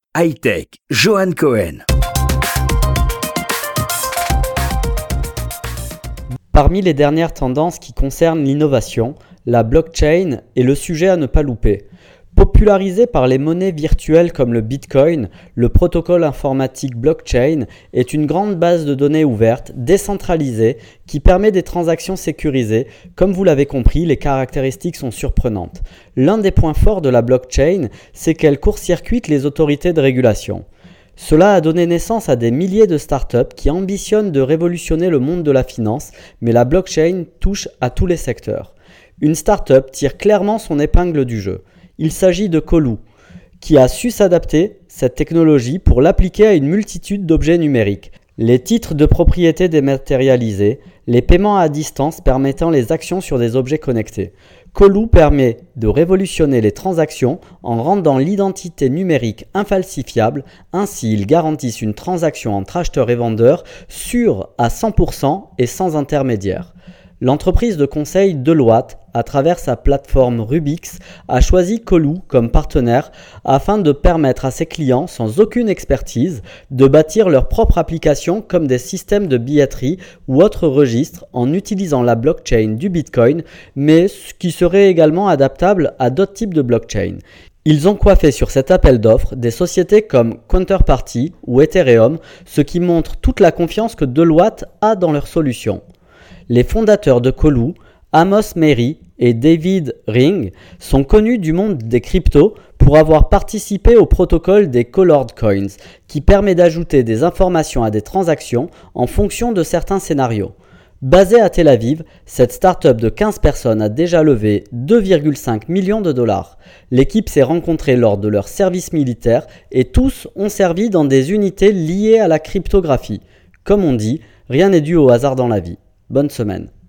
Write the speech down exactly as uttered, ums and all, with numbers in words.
High-Tech, Johan Cohen. Parmi les dernières tendances qui concernent l'innovation, la blockchain est le sujet à ne pas louper. Popularisé par les monnaies virtuelles comme le Bitcoin, le protocole informatique blockchain est une grande base de données ouverte, décentralisée, qui permet des transactions sécurisées. Comme vous l'avez compris, les caractéristiques sont surprenantes. L'un des points forts de la blockchain, c'est qu'elle court-circuite les autorités de régulation. Cela a donné naissance à des milliers de startups qui ambitionnent de révolutionner le monde de la finance, mais la blockchain touche à tous les secteurs. Une startup tire clairement son épingle du jeu. Il s'agit de Coloo, qui a su s'adapter cette technologie pour l'appliquer à une multitude d'objets numériques. Les titres de propriété dématérialisés, les paiements à distance permettant les actions sur des objets connectés. Coloo permet de révolutionner les transactions en rendant l'identité numérique infalsifiable. Ainsi, ils garantissent une transaction entre acheteur et vendeur sûre à cent pour cent et sans intermédiaire. L'entreprise de conseil Deloitte, à travers sa plateforme Rubix, a choisi Coloo comme partenaire afin de permettre à ses clients, sans aucune expertise, de bâtir leur propre application comme des systèmes de billetterie ou autres registres en utilisant la blockchain du Bitcoin, mais qui serait également adaptable à d'autres types de blockchain. Ils ont coiffé sur cet appel d'offres des sociétés comme Counterparty ou Ethereum, ce qui montre toute la confiance que Deloitte a dans leur solution. Les fondateurs de Coloo, Amos Mary et David Ring, sont connus du monde des cryptos pour avoir participé au protocole des Colored Coins, qui permet d'ajouter des informations à des transactions en fonction de certains scénarios. Basée à Tel Aviv, cette start-up de quinze personnes a déjà levé deux virgule cinq millions de dollars. L'équipe s'est rencontrée lors de leur service militaire et tous ont servi dans des unités liées à la cryptographie. Comme on dit, rien n'est dû au hasard dans la vie. Bonne semaine.